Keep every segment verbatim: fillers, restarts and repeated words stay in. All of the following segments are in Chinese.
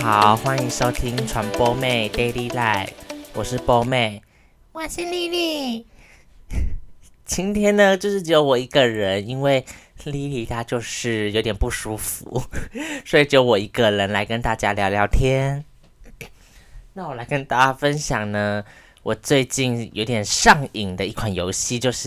好，欢迎收听传播妹 Daily Life， 我是波妹， 我是丽丽。 今天呢，就是只有我一个人，因为丽丽她就是有点不舒服，所以只有我一个人来跟大家聊聊天。那我来跟大家分享呢，我最近有点上瘾的一款游戏，就是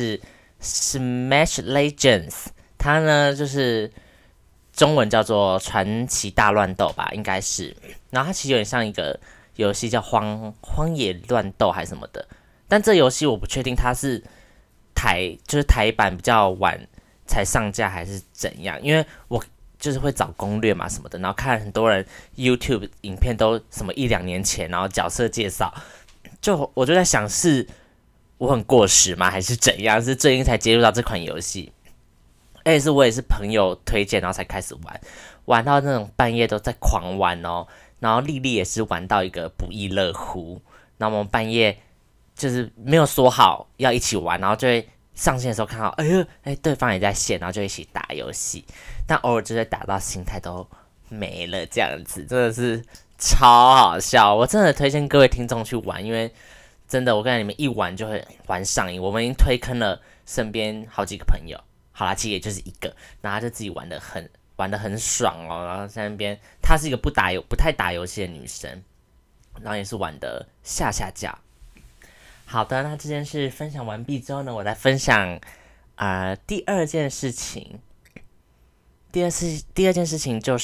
Smash Legends， 它呢就是中文叫做传奇大乱斗吧，应该是。然后它其实有点像一个游戏叫荒荒野乱斗还是什么的，但这游戏我不确定它是台就是台版比较晚才上架还是怎样，因为我就是会找攻略嘛什么的，然后看很多人 YouTube 影片都什么一两年前，然后角色介绍，就我就在想是我很过时吗，还是怎样？是最近才接触到这款游戏，而且是我也是朋友推荐，然后才开始玩，玩到那种半夜都在狂玩哦。然后丽丽也是玩到一个不亦乐乎，然后我们半夜就是没有说好要一起玩，然后就会上线的时候看到，哎呦，哎，对方也在线，然后就一起打游戏，但偶尔就会打到心态都没了，这样子真的是超好笑。我真的推荐各位听众去玩，因为真的我跟你们一玩就会玩上瘾。我们已经推坑了身边好几个朋友，好啦，其实也就是一个，然后他就自己玩的很玩的很爽哦，然后在那边，她是一个不打游不太打游戏的女生，然后也是玩的下下架。好的，那这件事分享完毕之后呢，我来分享啊、呃、第二件事情。第二次第二件事情就是，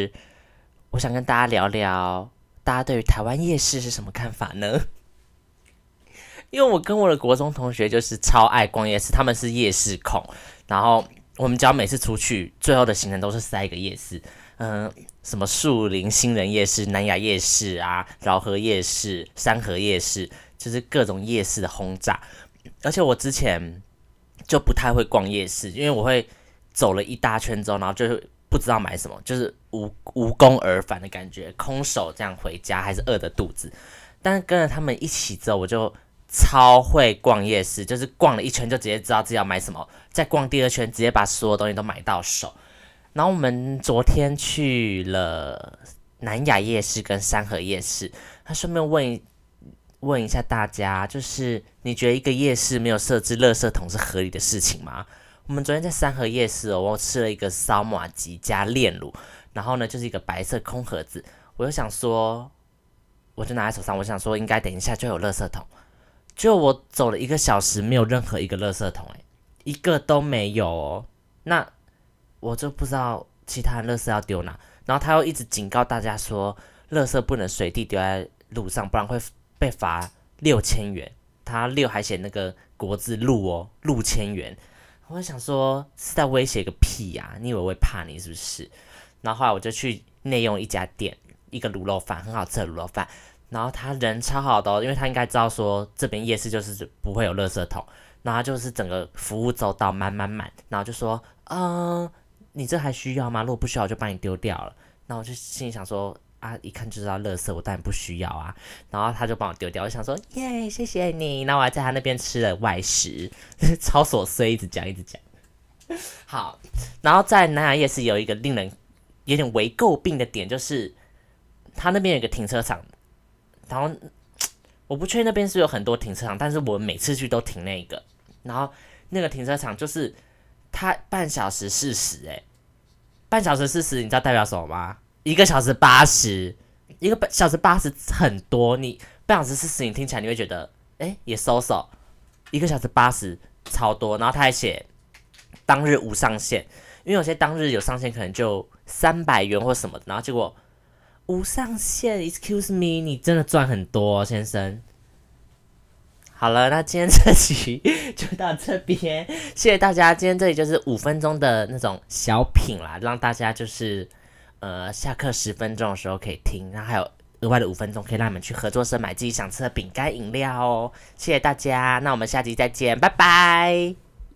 我想跟大家聊聊，大家对于台湾夜市是什么看法呢？因为我跟我的国中同学就是超爱逛夜市，他们是夜市控，然后我们只要每次出去，最后的行程都是塞一个夜市，嗯、呃，什么树林新人夜市、南雅夜市啊、饶河夜市、山河夜市，就是各种夜市的轰炸。而且我之前就不太会逛夜市，因为我会走了一大圈之后，然后就不知道买什么，就是无无功而返的感觉，空手这样回家，还是饿着肚子。但是跟着他们一起之后，我就超会逛夜市，就是逛了一圈就直接知道自己要买什么，再逛第二圈直接把所有东西都买到手。然后我们昨天去了南雅夜市跟山河夜市，他顺便问问一下大家，就是你觉得一个夜市没有设置垃圾桶是合理的事情吗？我们昨天在山河夜市哦，我吃了一个烧马鸡加炼乳，然后呢就是一个白色空盒子，我就想说，我就拿在手上，我想说应该等一下就有垃圾桶。就我走了一个小时，没有任何一个垃圾桶，哎，一个都没有哦。那我就不知道其他的垃圾要丢哪。然后他又一直警告大家说，垃圾不能随地丢在路上，不然会被罚六千元。他六还写那个国字路哦，六千元。我想说是在威胁个屁呀、啊？你以为我会怕你是不是？然后后来我就去内用一家店，一个卤肉饭，很好吃的卤肉饭。然后他人超好的哦，因为他应该知道说这边夜市就是不会有垃圾桶，然后他就是整个服务周到满满满，然后就说，嗯、呃，你这还需要吗？如果不需要我就帮你丢掉了。然后我就心里想说，啊，一看就知道垃圾，我当然不需要啊。然后他就帮我丢掉，我想说，耶，谢谢你。然后我还在他那边吃了外食，超琐碎，一直讲一直讲。好，然后在南雅夜市有一个令人有点为诟病的点，就是他那边有一个停车场。然后我不确定那边是有很多停车场，但是我每次去都停那个。然后那个停车场就是它半小时四十，哎，半小时四十，你知道代表什么吗？一个小时八十，一个小时八十很多，你半小时四十，你听起来你会觉得，哎，也收手，一个小时八十超多。然后他还写当日无上限，因为有些当日有上限，可能就三百元或什么的，然后结果无上限 ，excuse me， 你真的赚很多、哦，先生。好了，那今天这集就到这边，谢谢大家。今天这里就是五分钟的那种小品啦，让大家就是呃下课十分钟的时候可以听，然后还有额外的五分钟可以让你们去合作社买自己想吃的饼干、饮料哦。谢谢大家，那我们下集再见，拜拜。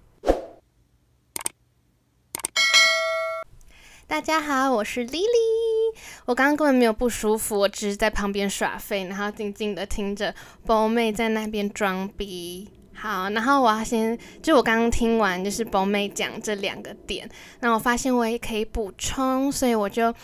大家好，我是 Lily。我刚刚根本没有不舒服，我只是在旁边耍废，然后静静的听着波妹在那边装逼。好，然后我要先，就我刚刚听完就是波妹讲这两个点，那我发现我也可以补充，所以我就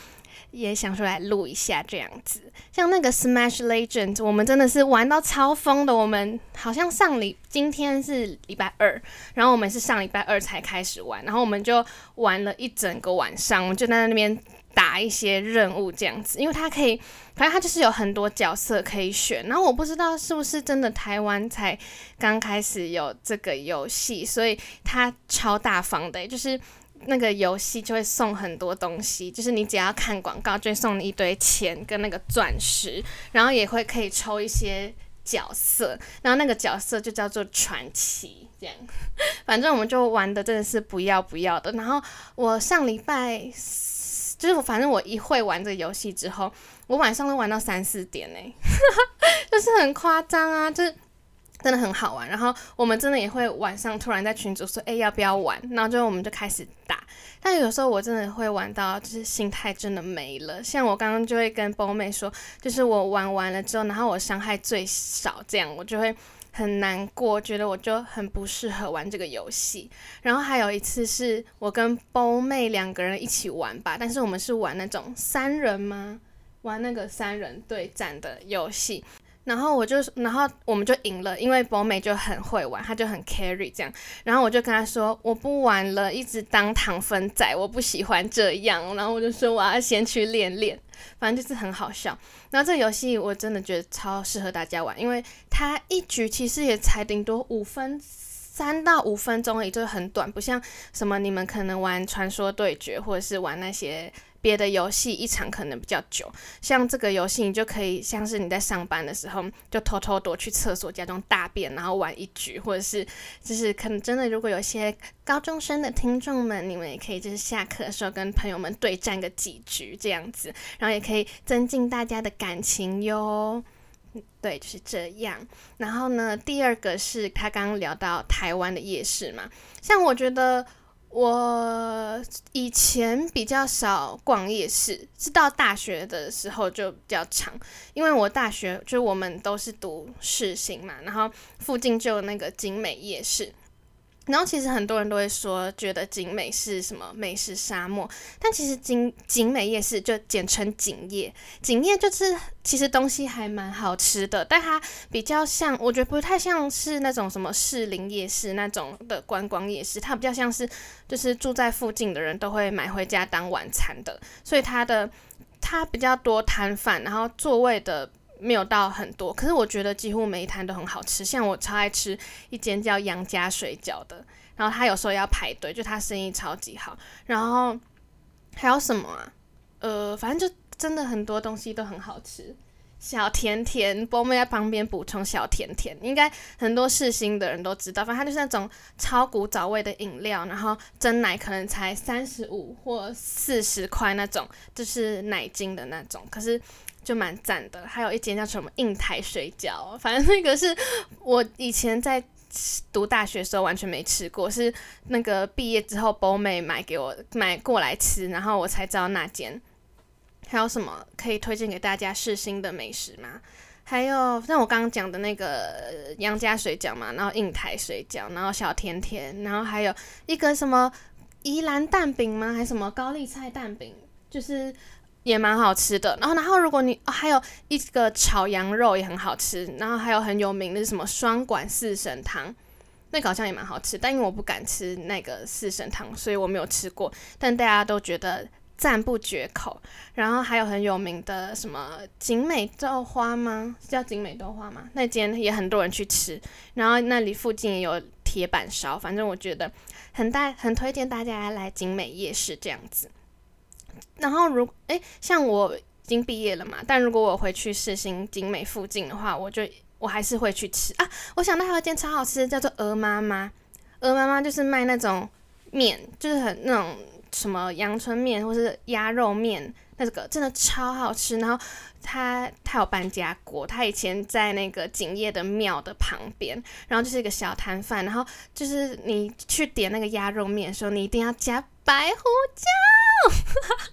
也想出来录一下这样子。像那个 Smash Legends 我们真的是玩到超疯的，我们好像上礼今天是礼拜二，然后我们是上礼拜二才开始玩，然后我们就玩了一整个晚上，我们就在那边打一些任务这样子，因为它可以，反正它就是有很多角色可以选，然后我不知道是不是真的台湾才刚开始有这个游戏，所以它超大方的，就是那个游戏就会送很多东西，就是你只要看广告就会送你一堆钱跟那个钻石，然后也会可以抽一些角色，然后那个角色就叫做传奇这样，反正我们就玩的真的是不要不要的。然后我上礼拜就是反正我一会玩这个游戏之后，我晚上都玩到三四点欸就是很夸张啊，就是真的很好玩。然后我们真的也会晚上突然在群组说，哎、欸，要不要玩？然后就我们就开始打。但有时候我真的会玩到，就是心态真的没了。像我刚刚就会跟波妹说，就是我玩完了之后，然后我伤害最少，这样我就会很难过，觉得我就很不适合玩这个游戏。然后还有一次是我跟波妹两个人一起玩吧，但是我们是玩那种三人吗？玩那个三人对战的游戏。然后我就，然后我们就赢了，因为博美就很会玩，他就很 carry 这样。然后我就跟他说，我不玩了，一直当糖分仔，我不喜欢这样。然后我就说我要先去练练，反正就是很好笑。然后这个游戏我真的觉得超适合大家玩，因为它一局其实也才顶多五分。三到五分钟而已，就是很短，不像什么你们可能玩传说对决或者是玩那些别的游戏，一场可能比较久。像这个游戏，你就可以像是你在上班的时候，就偷偷躲去厕所假装大便，然后玩一局，或者是就是可能真的如果有一些高中生的听众们，你们也可以就是下课的时候跟朋友们对战个几局这样子，然后也可以增进大家的感情哟。对，就是这样。然后呢，第二个是他刚刚聊到台湾的夜市嘛，像我觉得我以前比较少逛夜市，是到大学的时候就比较常，因为我大学就我们都是读世新嘛，然后附近就有那个景美夜市。然后其实很多人都会说，觉得景美是什么美食沙漠，但其实景景美夜市就简称景夜，景夜就是其实东西还蛮好吃的，但它比较像，我觉得不太像是那种什么士林夜市那种的观光夜市，它比较像是就是住在附近的人都会买回家当晚餐的，所以它的它比较多摊贩，然后座位的没有到很多，可是我觉得几乎每一摊都很好吃。像我超爱吃一间叫杨家水饺的，然后他有时候要排队，就他生意超级好。然后还有什么啊？呃，反正就真的很多东西都很好吃。小甜甜，波妹在旁边补充小甜甜，应该很多世新的人都知道。反正它就是那种超古早味的饮料，然后珍奶可能才三十五或四十块那种，就是奶精的那种，可是就蛮赞的。还有一间叫什么印台水饺，反正那个是我以前在读大学的时候完全没吃过，是那个毕业之后波妹买给我买过来吃，然后我才知道那间。还有什么可以推荐给大家世新的美食吗？还有像我刚刚讲的那个杨家水饺嘛，然后印台水饺，然后小甜甜，然后还有一个什么宜兰蛋饼吗？还是什么高丽菜蛋饼，就是也蛮好吃的。然后，然后如果你、哦、还有一个炒羊肉也很好吃，然后还有很有名的是什么双管四神汤，那个好像也蛮好吃，但因为我不敢吃那个四神汤，所以我没有吃过。但大家都觉得赞不绝口。然后还有很有名的什么景美豆花吗？是叫景美豆花吗？那间也很多人去吃，然后那里附近也有铁板烧，反正我觉得很大很推荐大家来景美夜市这样子。然后如诶像我已经毕业了嘛，但如果我回去世新景美附近的话，我就我还是会去吃啊。我想到还有一间超好吃，叫做鹅妈妈。鹅妈妈就是卖那种面，就是很那种什么阳春面或是鸭肉面，那个真的超好吃。然后他他有搬家过，他以前在那个景业的庙的旁边，然后就是一个小摊贩，然后就是你去点那个鸭肉面的时候，你一定要加白胡椒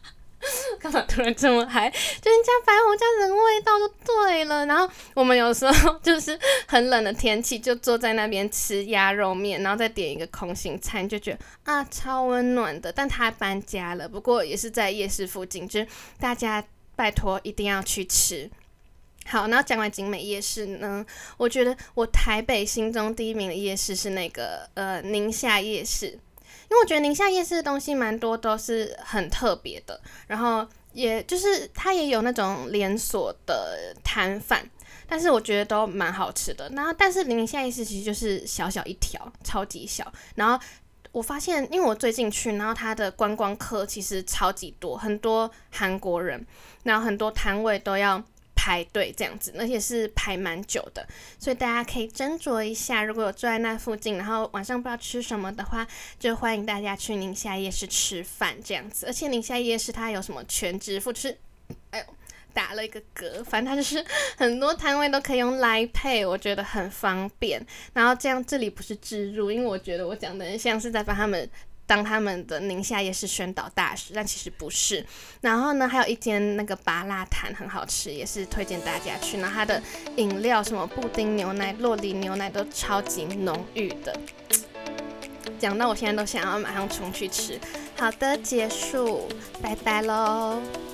干嘛突然这么嗨？就你加白胡椒整个味道就对了。然后我们有时候就是很冷的天气，就坐在那边吃鸭肉面，然后再点一个空心菜，就觉得啊超温暖的。但他搬家了，不过也是在夜市附近，就是大家拜托一定要去吃。好，然后讲完景美夜市呢，我觉得我台北心中第一名的夜市是那个呃宁夏夜市，因为我觉得宁夏夜市的东西蛮多都是很特别的，然后也就是它也有那种连锁的摊贩，但是我觉得都蛮好吃的。然后但是宁夏夜市其实就是小小一条，超级小，然后我发现，因为我最近去，然后它的观光客其实超级多，很多韩国人，然后很多摊位都要排队这样子，而且是排蛮久的，所以大家可以斟酌一下，如果有住在那附近，然后晚上不知道吃什么的话，就欢迎大家去宁夏夜市吃饭这样子。而且宁夏夜市它有什么全支付，就是哎呦打了一个嗝，反正它就是很多摊位都可以用 Line Pay， 我觉得很方便。然后这样这里不是置入，因为我觉得我讲的很像是在帮他们当他们的宁夏夜市宣导大使，但其实不是。然后呢，还有一间那个拔辣摊很好吃，也是推荐大家去。然后它的饮料什么布丁牛奶、洛梨牛奶都超级浓郁的，讲到我现在都想要马上冲去吃。好的，结束，拜拜喽。